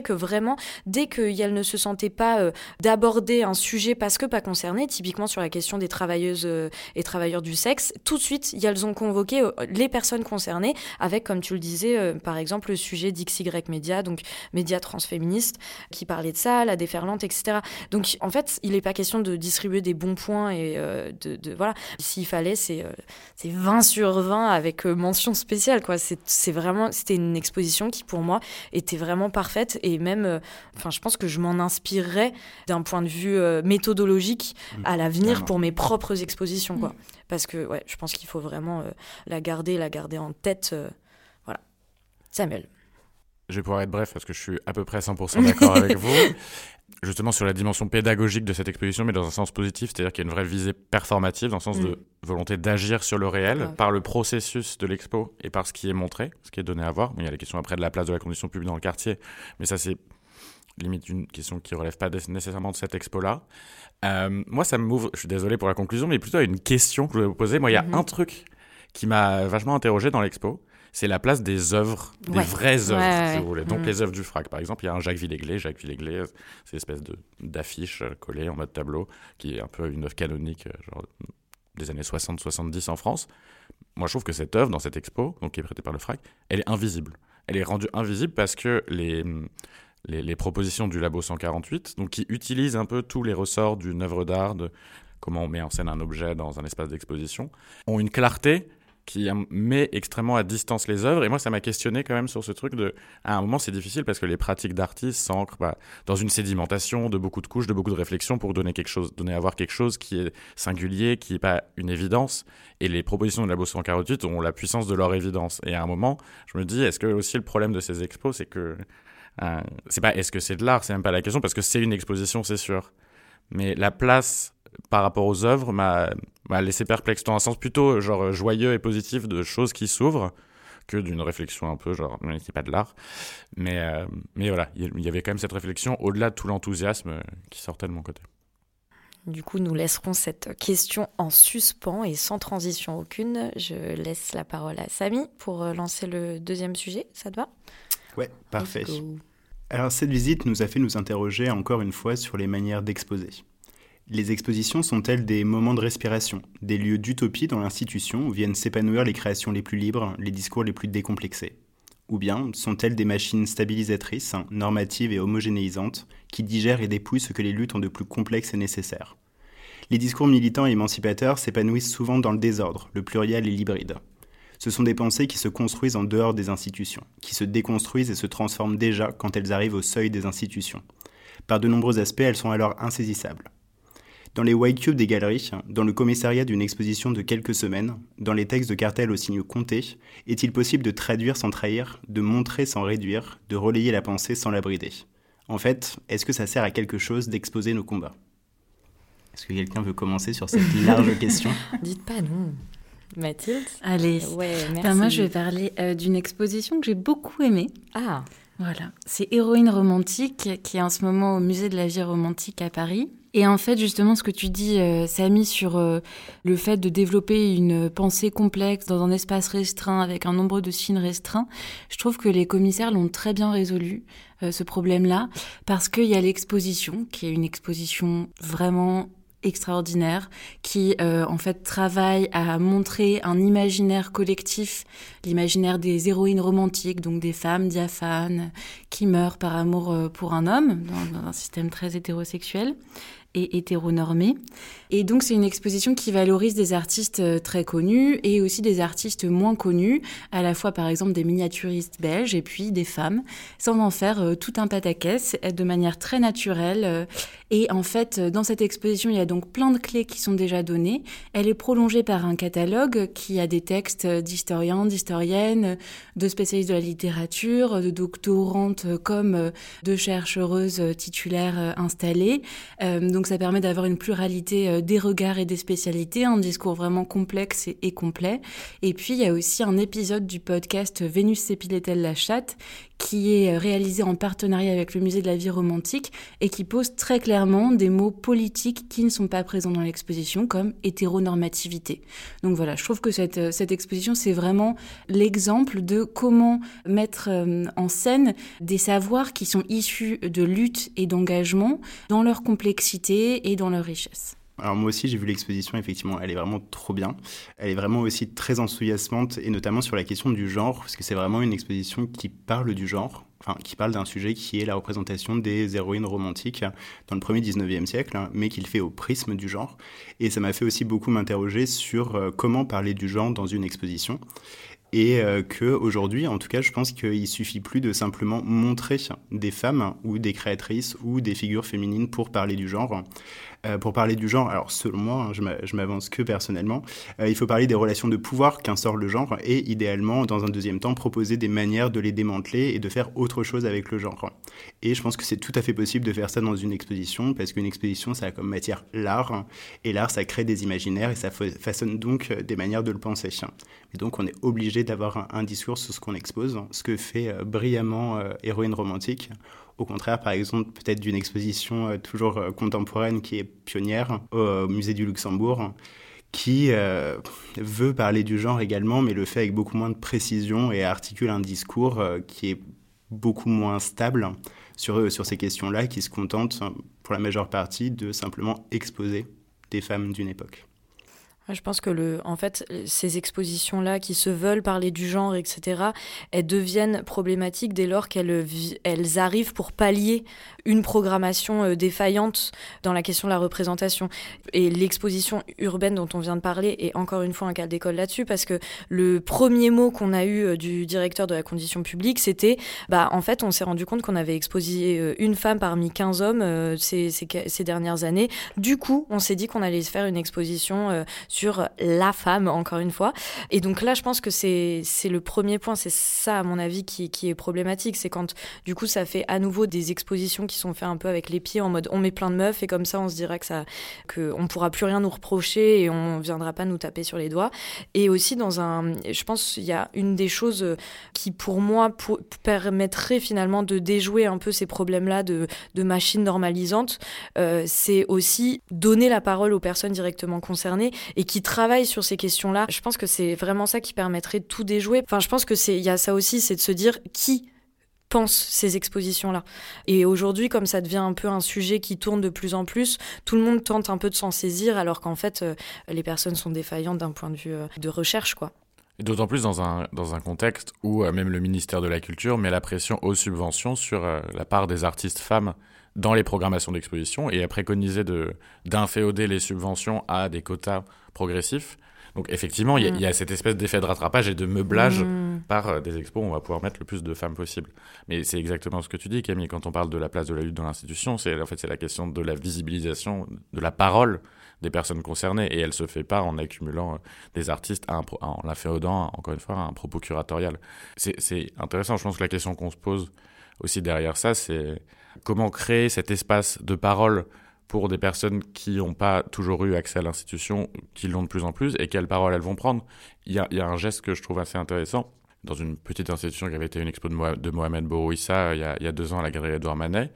vraiment, dès qu'elles ne se sentaient pas d'aborder un sujet parce que pas concernées, typiquement sur la question des travailleuses et travailleurs du sexe, tout de suite, elles ont convoqué les personnes concernées avec, comme tu le disais, par exemple, le sujet d'XY Média, donc médias transféministes, qui parlait de ça, la déferlante, etc. Donc, en fait, il n'est pas question de distribuer des bons points et voilà. S'il fallait, c'est 20 sur 20 avec mention spéciale, quoi. C'était une exposition qui, pour moi, était vraiment parfaite et même, je pense que je m'en inspirerais d'un point de vue méthodologique à l'avenir pour mes propres expositions, quoi. Parce que, je pense qu'il faut vraiment la garder en tête. Voilà. Samuel. Je vais pouvoir être bref parce que je suis à peu près 100% d'accord avec vous. Justement sur la dimension pédagogique de cette exposition, mais dans un sens positif, c'est-à-dire qu'il y a une vraie visée performative, dans le sens de volonté d'agir sur le réel, par le processus de l'expo et par ce qui est montré, ce qui est donné à voir. Bon, il y a la question après de la place de la condition publique dans le quartier, mais ça c'est limite une question qui ne relève pas nécessairement de cette expo-là. Moi, ça m'ouvre, je suis désolé pour la conclusion, mais plutôt à une question que je voulais vous poser. Moi, il y a un truc qui m'a vachement interrogé dans l'expo, c'est la place des œuvres, des vraies œuvres, si vous voulez. Donc les œuvres du FRAC, par exemple, il y a un Jacques Villéglet. Jacques Villéglet, c'est une espèce d'affiche collée en mode tableau, qui est un peu une œuvre canonique genre des années 60-70 en France. Moi, je trouve que cette œuvre, dans cette expo, donc qui est prêtée par le FRAC, elle est invisible. Elle est rendue invisible parce que les propositions du Labo 148, donc qui utilisent un peu tous les ressorts d'une œuvre d'art, de comment on met en scène un objet dans un espace d'exposition, ont une clarté qui met extrêmement à distance les œuvres. Et moi, ça m'a questionné quand même sur ce truc de... À un moment, c'est difficile parce que les pratiques d'artistes s'ancrent dans une sédimentation de beaucoup de couches, de beaucoup de réflexions pour donner à voir quelque chose qui est singulier, qui n'est pas une évidence. Et les propositions de Labo 148 ont la puissance de leur évidence. Et à un moment, je me dis, est-ce que aussi le problème de ces expos, c'est que... c'est pas est-ce que c'est de l'art, c'est même pas la question, parce que c'est une exposition, c'est sûr. Mais la place par rapport aux œuvres m'a laissé perplexe dans un sens plutôt genre joyeux et positif de choses qui s'ouvrent que d'une réflexion un peu genre c'est pas de l'art. Mais voilà, il y avait quand même cette réflexion au-delà de tout l'enthousiasme qui sortait de mon côté. Du coup, nous laisserons cette question en suspens et sans transition aucune. Je laisse la parole à Samy pour lancer le deuxième sujet. Ça te va ? Ouais, parfait. Alors, cette visite nous a fait nous interroger encore une fois sur les manières d'exposer. Les expositions sont-elles des moments de respiration, des lieux d'utopie dans l'institution où viennent s'épanouir les créations les plus libres, les discours les plus décomplexés ? Ou bien sont-elles des machines stabilisatrices, normatives et homogénéisantes, qui digèrent et dépouillent ce que les luttes ont de plus complexe et nécessaire ? Les discours militants et émancipateurs s'épanouissent souvent dans le désordre, le pluriel et l'hybride. Ce sont des pensées qui se construisent en dehors des institutions, qui se déconstruisent et se transforment déjà quand elles arrivent au seuil des institutions. Par de nombreux aspects, elles sont alors insaisissables. Dans les white cubes des galeries, dans le commissariat d'une exposition de quelques semaines, dans les textes de cartels aux signes comptés, est-il possible de traduire sans trahir, de montrer sans réduire, de relayer la pensée sans la brider ? En fait, est-ce que ça sert à quelque chose d'exposer nos combats ? Est-ce que quelqu'un veut commencer sur cette large question ? Dites pas non. Mathilde ? Allez, merci. Moi je vais parler d'une exposition que j'ai beaucoup aimée. Ah. Voilà, c'est Héroïne romantique qui est en ce moment au musée de la vie romantique à Paris. Et en fait, justement, ce que tu dis, Samy, sur le fait de développer une pensée complexe dans un espace restreint avec un nombre de signes restreint, je trouve que les commissaires l'ont très bien résolu, ce problème-là, parce qu'il y a l'exposition, qui est une exposition vraiment extraordinaire, qui en fait travaille à montrer un imaginaire collectif, l'imaginaire des héroïnes romantiques, donc des femmes diaphanes qui meurent par amour pour un homme dans un système très hétérosexuel et hétéronormé. Et donc c'est une exposition qui valorise des artistes très connus et aussi des artistes moins connus, à la fois par exemple des miniaturistes belges et puis des femmes, sans en faire tout un pataquès, de manière très naturelle. Et en fait, dans cette exposition, il y a donc plein de clés qui sont déjà données. Elle est prolongée par un catalogue qui a des textes d'historiens, d'historiennes, de spécialistes de la littérature, de doctorantes comme de chercheuses titulaires installées. Donc donc ça permet d'avoir une pluralité des regards et des spécialités, un discours vraiment complexe et complet. Et puis il y a aussi un épisode du podcast Vénus s'épilait-elle la chatte qui est réalisé en partenariat avec le Musée de la vie romantique et qui pose très clairement des mots politiques qui ne sont pas présents dans l'exposition, comme hétéronormativité. Donc voilà, je trouve que cette exposition, c'est vraiment l'exemple de comment mettre en scène des savoirs qui sont issus de lutte et d'engagement dans leur complexité et dans leur richesse. Alors moi aussi j'ai vu l'exposition, effectivement elle est vraiment trop bien, elle est vraiment aussi très enthousiasmante et notamment sur la question du genre, parce que c'est vraiment une exposition qui parle du genre, enfin qui parle d'un sujet qui est la représentation des héroïnes romantiques dans le premier 19e siècle, mais qui le fait au prisme du genre, et ça m'a fait aussi beaucoup m'interroger sur comment parler du genre dans une exposition. Et qu'aujourd'hui, en tout cas, je pense qu'il suffit plus de simplement montrer des femmes ou des créatrices ou des figures féminines pour parler du genre. Pour parler du genre, alors selon moi, je m'avance que personnellement, il faut parler des relations de pouvoir qu'instaure le genre et idéalement, dans un deuxième temps, proposer des manières de les démanteler et de faire autre chose avec le genre. Et je pense que c'est tout à fait possible de faire ça dans une exposition, parce qu'une exposition, ça a comme matière l'art, et l'art, ça crée des imaginaires et ça façonne donc des manières de le penser. Et donc, on est obligé d'avoir un discours sur ce qu'on expose, ce que fait brillamment Héroïne romantique. Au contraire, par exemple, peut-être d'une exposition toujours contemporaine qui est pionnière au Musée du Luxembourg, qui veut parler du genre également, mais le fait avec beaucoup moins de précision et articule un discours qui est beaucoup moins stable sur ces questions-là, qui se contente, pour la majeure partie, de simplement exposer des femmes d'une époque. Je pense que en fait, ces expositions-là qui se veulent parler du genre, etc., elles deviennent problématiques dès lors qu'elles arrivent pour pallier une programmation défaillante dans la question de la représentation. Et l'exposition urbaine dont on vient de parler est encore une fois un cas d'école là-dessus, parce que le premier mot qu'on a eu du directeur de la condition publique, c'était en fait, on s'est rendu compte qu'on avait exposé une femme parmi 15 hommes ces dernières années. Du coup, on s'est dit qu'on allait faire une exposition sur la femme, encore une fois. Et donc là, je pense que c'est le premier point. C'est ça, à mon avis, qui est problématique. C'est quand, du coup, ça fait à nouveau des expositions qui sont faites un peu avec les pieds, en mode on met plein de meufs et comme ça, on se dira qu'on ne pourra plus rien nous reprocher et on ne viendra pas nous taper sur les doigts. Et aussi, je pense qu'il y a une des choses qui, pour moi, permettrait finalement de déjouer un peu ces problèmes-là de machines normalisantes, c'est aussi donner la parole aux personnes directement concernées et qui travaillent sur ces questions-là. Je pense que c'est vraiment ça qui permettrait de tout déjouer. Enfin, je pense que il y a ça aussi, c'est de se dire qui pense ces expositions-là. Et aujourd'hui, comme ça devient un peu un sujet qui tourne de plus en plus, tout le monde tente un peu de s'en saisir, alors qu'en fait, les personnes sont défaillantes d'un point de vue de recherche, quoi. Et d'autant plus dans un contexte où même le ministère de la Culture met la pression aux subventions sur la part des artistes femmes dans les programmations d'exposition et a préconisé d'inféoder les subventions à des quotas progressifs. Donc effectivement, il y a cette espèce d'effet de rattrapage et de meublage par des expos où on va pouvoir mettre le plus de femmes possible. Mais c'est exactement ce que tu dis, Camille, quand on parle de la place de la lutte dans l'institution, c'est la question de la visibilisation, de la parole des personnes concernées, et elle se fait pas en accumulant des artistes en l'inféodant, encore une fois, à un propos curatorial. C'est intéressant, je pense que la question qu'on se pose aussi derrière ça, c'est comment créer cet espace de parole pour des personnes qui n'ont pas toujours eu accès à l'institution, qui l'ont de plus en plus, et quelles paroles elles vont prendre. Il y a un geste que je trouve assez intéressant, dans une petite institution qui avait été une expo de Mohamed Bourouissa il y a 2 ans à la Galerie Édouard Manet.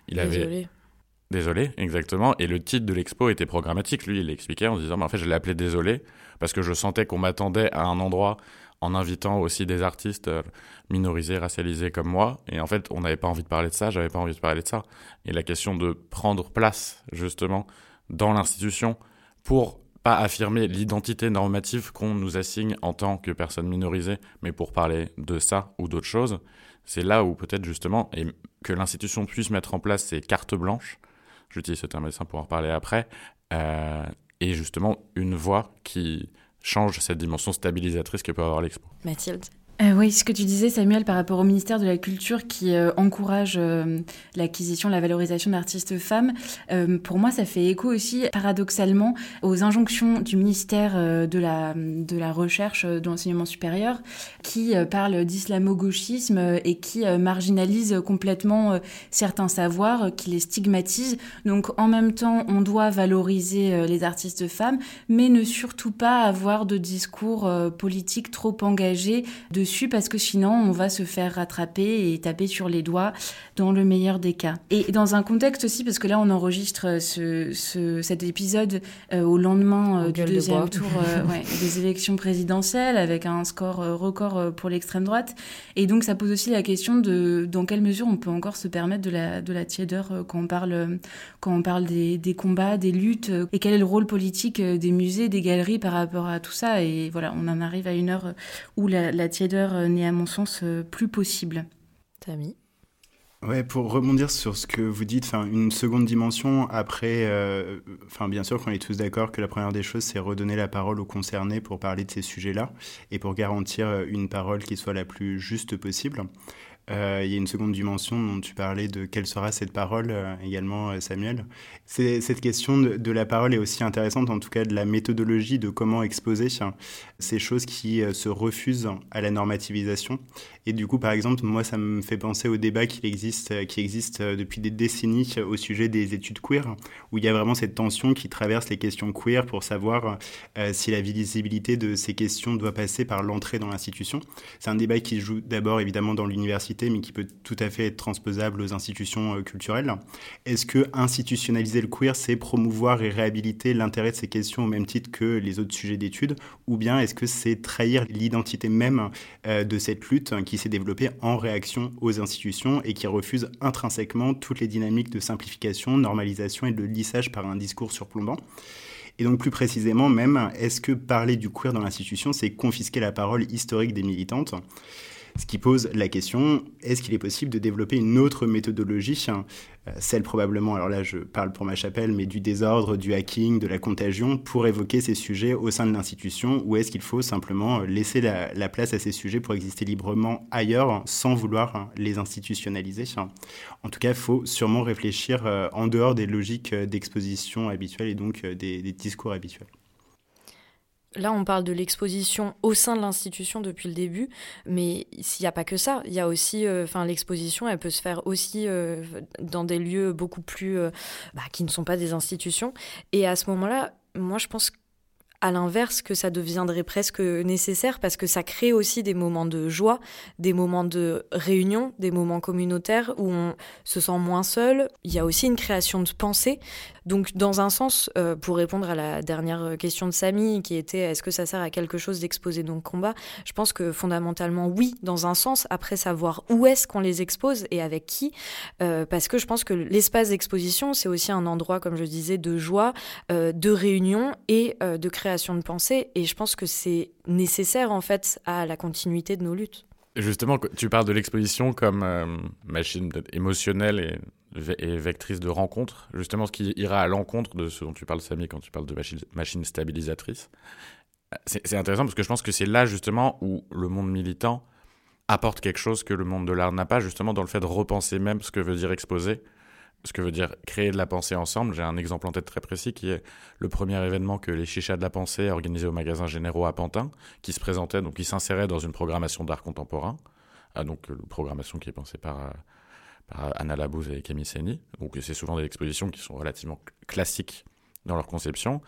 Désolé, exactement. Et le titre de l'expo était programmatique. Lui, il l'expliquait en disant, en fait, je l'ai appelé Désolé, parce que je sentais qu'on m'attendait à un endroit en invitant aussi des artistes minorisés, racialisés comme moi. Et en fait, on n'avait pas envie de parler de ça, j'avais pas envie de parler de ça. Et la question de prendre place, justement, dans l'institution pour pas affirmer l'identité normative qu'on nous assigne en tant que personne minorisée, mais pour parler de ça ou d'autres choses, c'est là où peut-être justement, et que l'institution puisse mettre en place ces cartes blanches, j'utilise ce terme pour en reparler après, et justement une voix qui change cette dimension stabilisatrice que peut avoir l'expo. Mathilde. Oui, ce que tu disais, Samuel, par rapport au ministère de la Culture qui encourage l'acquisition, la valorisation d'artistes femmes, pour moi, ça fait écho aussi, paradoxalement, aux injonctions du ministère de la Recherche, de l'enseignement supérieur, qui parle d'islamo-gauchisme et qui marginalise complètement certains savoirs, qui les stigmatise. Donc, en même temps, on doit valoriser les artistes femmes, mais ne surtout pas avoir de discours politiques trop engagés dessus, parce que sinon on va se faire rattraper et taper sur les doigts dans le meilleur des cas. Et dans un contexte aussi, parce que là on enregistre cet épisode au lendemain du deuxième tour des élections présidentielles, avec un score record pour l'extrême droite, et donc ça pose aussi la question de dans quelle mesure on peut encore se permettre de la tiédeur quand on parle des combats, des luttes, et quel est le rôle politique des musées, des galeries par rapport à tout ça. Et voilà, on en arrive à une heure où la tiédeur n'est à mon sens plus possible. Tammy ? Ouais, pour rebondir sur ce que vous dites, une seconde dimension, après, bien sûr qu'on est tous d'accord que la première des choses, c'est redonner la parole aux concernés pour parler de ces sujets-là et pour garantir une parole qui soit la plus juste possible. Il y a une seconde dimension dont tu parlais de quelle sera cette parole également, Samuel. Cette question de la parole est aussi intéressante, en tout cas de la méthodologie de comment exposer ces choses qui se refusent à la normativisation. Et du coup, par exemple, moi, ça me fait penser au débat qui existe depuis des décennies au sujet des études queer, où il y a vraiment cette tension qui traverse les questions queer pour savoir si la visibilité de ces questions doit passer par l'entrée dans l'institution. C'est un débat qui se joue d'abord évidemment dans l'université, mais qui peut tout à fait être transposable aux institutions culturelles. Est-ce que institutionnaliser le queer, c'est promouvoir et réhabiliter l'intérêt de ces questions au même titre que les autres sujets d'études, ou bien est-ce que c'est trahir l'identité même de cette lutte qui s'est développée en réaction aux institutions et qui refuse intrinsèquement toutes les dynamiques de simplification, normalisation et de lissage par un discours surplombant? Et donc plus précisément même, est-ce que parler du queer dans l'institution, c'est confisquer la parole historique des militantes ? Ce qui pose la question, est-ce qu'il est possible de développer une autre méthodologie, celle probablement, alors là je parle pour ma chapelle, mais du désordre, du hacking, de la contagion, pour évoquer ces sujets au sein de l'institution, ou est-ce qu'il faut simplement laisser la place à ces sujets pour exister librement ailleurs, sans vouloir les institutionnaliser? En tout cas, il faut sûrement réfléchir en dehors des logiques d'exposition habituelles et donc des discours habituels. Là, on parle de l'exposition au sein de l'institution depuis le début, mais il n'y a pas que ça. Il y a aussi, l'exposition, elle peut se faire aussi dans des lieux beaucoup plus qui ne sont pas des institutions. Et à ce moment-là, moi, je pense à l'inverse que ça deviendrait presque nécessaire parce que ça crée aussi des moments de joie, des moments de réunion, des moments communautaires où on se sent moins seul. Il y a aussi une création de pensée. Donc, dans un sens, pour répondre à la dernière question de Samy, qui était « est-ce que ça sert à quelque chose d'exposer nos combats ?» Je pense que fondamentalement, oui, dans un sens, après savoir où est-ce qu'on les expose et avec qui, parce que je pense que l'espace d'exposition, c'est aussi un endroit, comme je disais, de joie, de réunion et de création de pensée. Et je pense que c'est nécessaire, en fait, à la continuité de nos luttes. Justement, tu parles de l'exposition comme machine émotionnelle et vectrice de rencontres, justement ce qui ira à l'encontre de ce dont tu parles, Samy, quand tu parles de machine stabilisatrice. C'est intéressant parce que je pense que c'est là justement où le monde militant apporte quelque chose que le monde de l'art n'a pas, justement dans le fait de repenser même ce que veut dire exposer, ce que veut dire créer de la pensée ensemble. J'ai un exemple en tête très précis qui est le premier événement que les Chichas de la Pensée organisaient au magasin Généraux à Pantin, qui se présentait, donc qui s'insérait dans une programmation d'art contemporain, donc une programmation qui est pensée par Anna Labouze et Kémy Séni. Donc c'est souvent des expositions qui sont relativement classiques dans leur conception.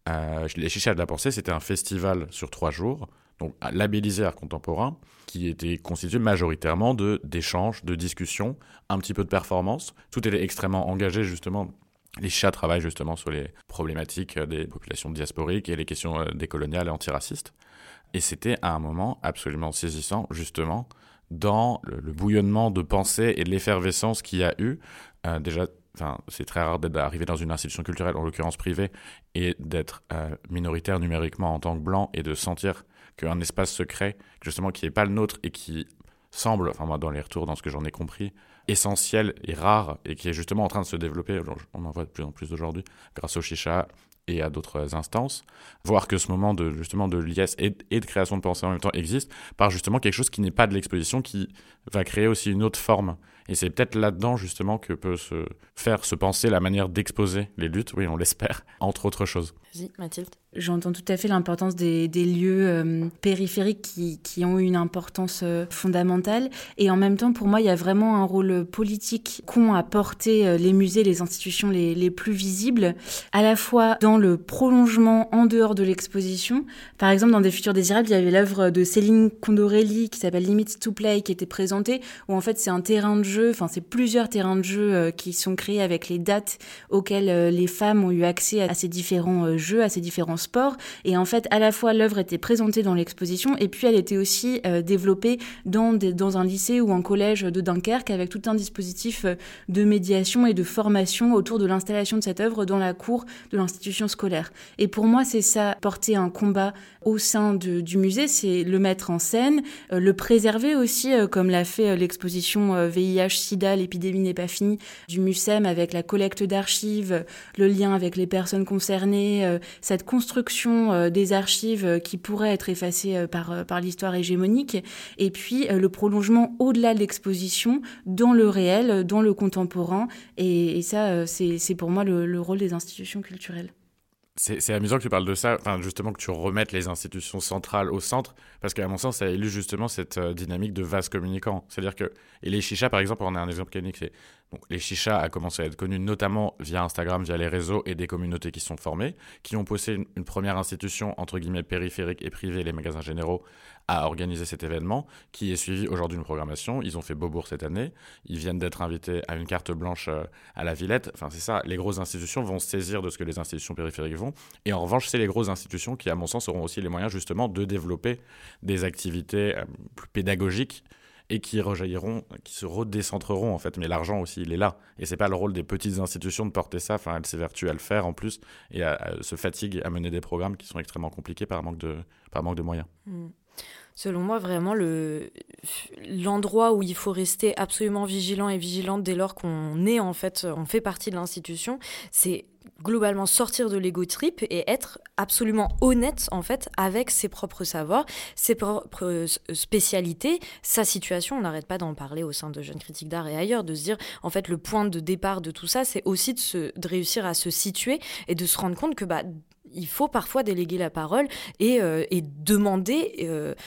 Les Chichas de la Pensée, c'était un festival sur 3 jours, donc labellisé art contemporain, qui était constitué majoritairement d'échanges, de discussions, un petit peu de performance. Tout était extrêmement engagé, justement. Les Chichas travaillent justement sur les problématiques des populations diasporiques et les questions décoloniales et antiracistes. Et c'était à un moment absolument saisissant, justement, dans le bouillonnement de pensée et de l'effervescence qu'il y a eu. Déjà, c'est très rare d'arriver dans une institution culturelle, en l'occurrence privée, et d'être minoritaire numériquement en tant que blanc et de sentir qu'un espace se crée, justement, qui n'est pas le nôtre et qui semble, moi, dans les retours, dans ce que j'en ai compris, essentiel et rare et qui est justement en train de se développer. On en voit de plus en plus aujourd'hui grâce aux chichas, et à d'autres instances, voir que ce moment de liesse et de création de pensée en même temps existe par justement quelque chose qui n'est pas de l'exposition, qui va créer aussi une autre forme. Et c'est peut-être là-dedans justement que peut se penser la manière d'exposer les luttes, oui on l'espère, entre autres choses. Vas-y Mathilde. J'entends tout à fait l'importance des lieux périphériques qui ont une importance fondamentale. Et en même temps, pour moi, il y a vraiment un rôle politique qu'ont apporté les musées, les institutions les plus visibles, à la fois dans le prolongement en dehors de l'exposition. Par exemple, dans Des Futurs Désirables, il y avait l'œuvre de Céline Condorelli qui s'appelle Limits to Play, qui était présentée, où en fait c'est un terrain de jeu, c'est plusieurs terrains de jeu qui sont créés avec les dates auxquelles les femmes ont eu accès à ces différents jeux, à ces différents sports. Et en fait, à la fois, l'œuvre était présentée dans l'exposition et puis elle était aussi développée dans un lycée ou un collège de Dunkerque avec tout un dispositif de médiation et de formation autour de l'installation de cette œuvre dans la cour de l'institution scolaire. Et pour moi, c'est ça, porter un combat au sein du musée, c'est le mettre en scène, le préserver aussi, comme l'a fait l'exposition VIH-Sida, l'épidémie n'est pas finie, du MUSEM avec la collecte d'archives, le lien avec les personnes concernées, cette construction des archives qui pourraient être effacées par l'histoire hégémonique, et puis le prolongement au-delà de l'exposition, dans le réel, dans le contemporain, et ça, c'est pour moi le rôle des institutions culturelles. C'est amusant que tu parles de ça, justement que tu remettes les institutions centrales au centre, parce qu'à mon sens, ça illustre justement cette dynamique de vase communicant. C'est-à-dire que, et les chichas, par exemple, on a un exemple clinique, c'est donc les chichas a commencé à être connus notamment via Instagram, via les réseaux et des communautés qui sont formées, qui ont poussé une première institution, entre guillemets, périphérique et privée, les magasins généraux, à organiser cet événement, qui est suivi aujourd'hui d'une programmation. Ils ont fait Beaubourg cette année, ils viennent d'être invités à une carte blanche à la Villette. C'est ça, les grosses institutions vont se saisir de ce que les institutions périphériques font. Et en revanche, c'est les grosses institutions qui, à mon sens, auront aussi les moyens justement de développer des activités plus pédagogiques et qui rejailliront, qui se redécentreront en fait. Mais l'argent aussi, il est là. Et c'est pas le rôle des petites institutions de porter ça. Elles s'évertuent à le faire en plus et se fatiguent à mener des programmes qui sont extrêmement compliqués par manque de moyens. Selon moi, vraiment, l'endroit où il faut rester absolument vigilant et vigilante dès lors qu'on est, en fait, on fait partie de l'institution, c'est globalement sortir de l'ego trip et être absolument honnête, en fait, avec ses propres savoirs, ses propres spécialités, sa situation. On n'arrête pas d'en parler au sein de Jeunes Critiques d'Art et ailleurs, de se dire, en fait, le point de départ de tout ça, c'est aussi de réussir à se situer et de se rendre compte que, il faut parfois déléguer la parole et demander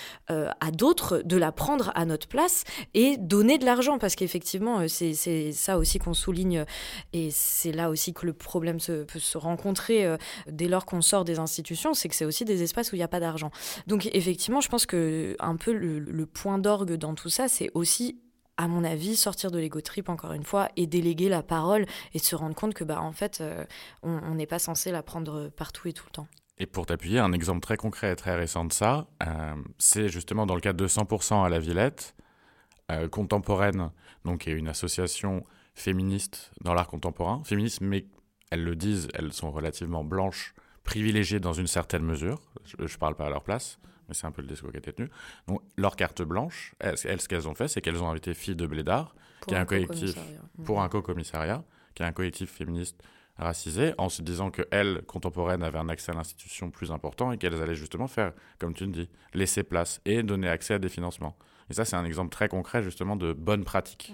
à d'autres de la prendre à notre place et donner de l'argent, parce qu'effectivement, c'est ça aussi qu'on souligne, et c'est là aussi que le problème peut se rencontrer dès lors qu'on sort des institutions, c'est que c'est aussi des espaces où il n'y a pas d'argent. Donc effectivement, je pense que un peu le point d'orgue dans tout ça, c'est aussi, à mon avis, sortir de l'ego trip, encore une fois, et déléguer la parole et se rendre compte que, en fait, on n'est pas censé la prendre partout et tout le temps. Et pour t'appuyer, un exemple très concret et très récent de ça, c'est justement dans le cadre de 100% à la Villette, Contemporaine, donc qui est une association féministe dans l'art contemporain, féministe, mais elles le disent, elles sont relativement blanches, privilégiées dans une certaine mesure, je ne parle pas à leur place, mais c'est un peu le discours qui a été tenu. Donc, leur carte blanche, ce qu'elles ont fait, c'est qu'elles ont invité Filles de Blédard, qui est un collectif pour un co-commissariat, qui est un collectif féministe racisé, en se disant qu'elles, contemporaines, avaient un accès à l'institution plus important et qu'elles allaient justement faire, comme tu le dis, laisser place et donner accès à des financements. Et ça, c'est un exemple très concret, justement, de bonne pratique.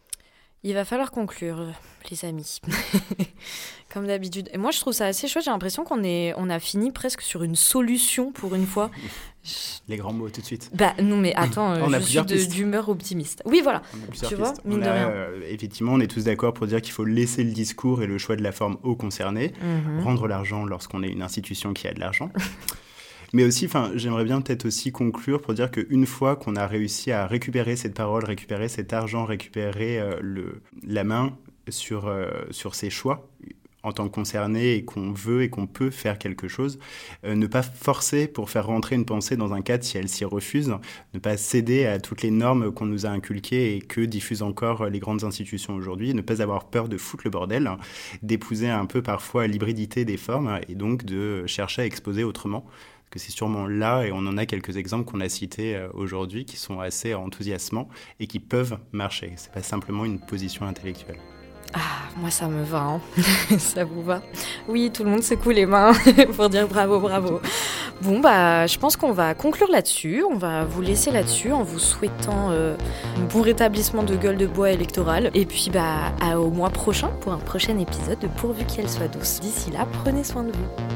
Il va falloir conclure, les amis. Comme d'habitude. Et moi, je trouve ça assez chouette. J'ai l'impression qu'on a fini presque sur une solution pour une fois. Les grands mots tout de suite. Non, mais attends, je suis d'humeur optimiste. Oui, voilà. Tu vois, mine de rien. Effectivement, on est tous d'accord pour dire qu'il faut laisser le discours et le choix de la forme aux concernés, rendre l'argent lorsqu'on est une institution qui a de l'argent. Mais aussi, j'aimerais bien peut-être aussi conclure pour dire qu'une fois qu'on a réussi à récupérer cette parole, récupérer cet argent, récupérer la main sur ses choix en tant que concerné, et qu'on veut et qu'on peut faire quelque chose, ne pas forcer pour faire rentrer une pensée dans un cadre si elle s'y refuse, ne pas céder à toutes les normes qu'on nous a inculquées et que diffusent encore les grandes institutions aujourd'hui, ne pas avoir peur de foutre le bordel, d'épouser un peu parfois l'hybridité des formes et donc de chercher à exposer autrement. Que c'est sûrement là, et on en a quelques exemples qu'on a cités aujourd'hui, qui sont assez enthousiasmants et qui peuvent marcher. C'est pas simplement une position intellectuelle. Moi ça me va, hein. Ça vous va? Oui, tout le monde secoue les mains pour dire bravo. Bon, je pense qu'on va conclure là-dessus. On va vous laisser là-dessus en vous souhaitant un bon rétablissement de gueule de bois électorale. Et puis, au mois prochain pour un prochain épisode de Pourvu qu'elle soit douce. D'ici là, prenez soin de vous.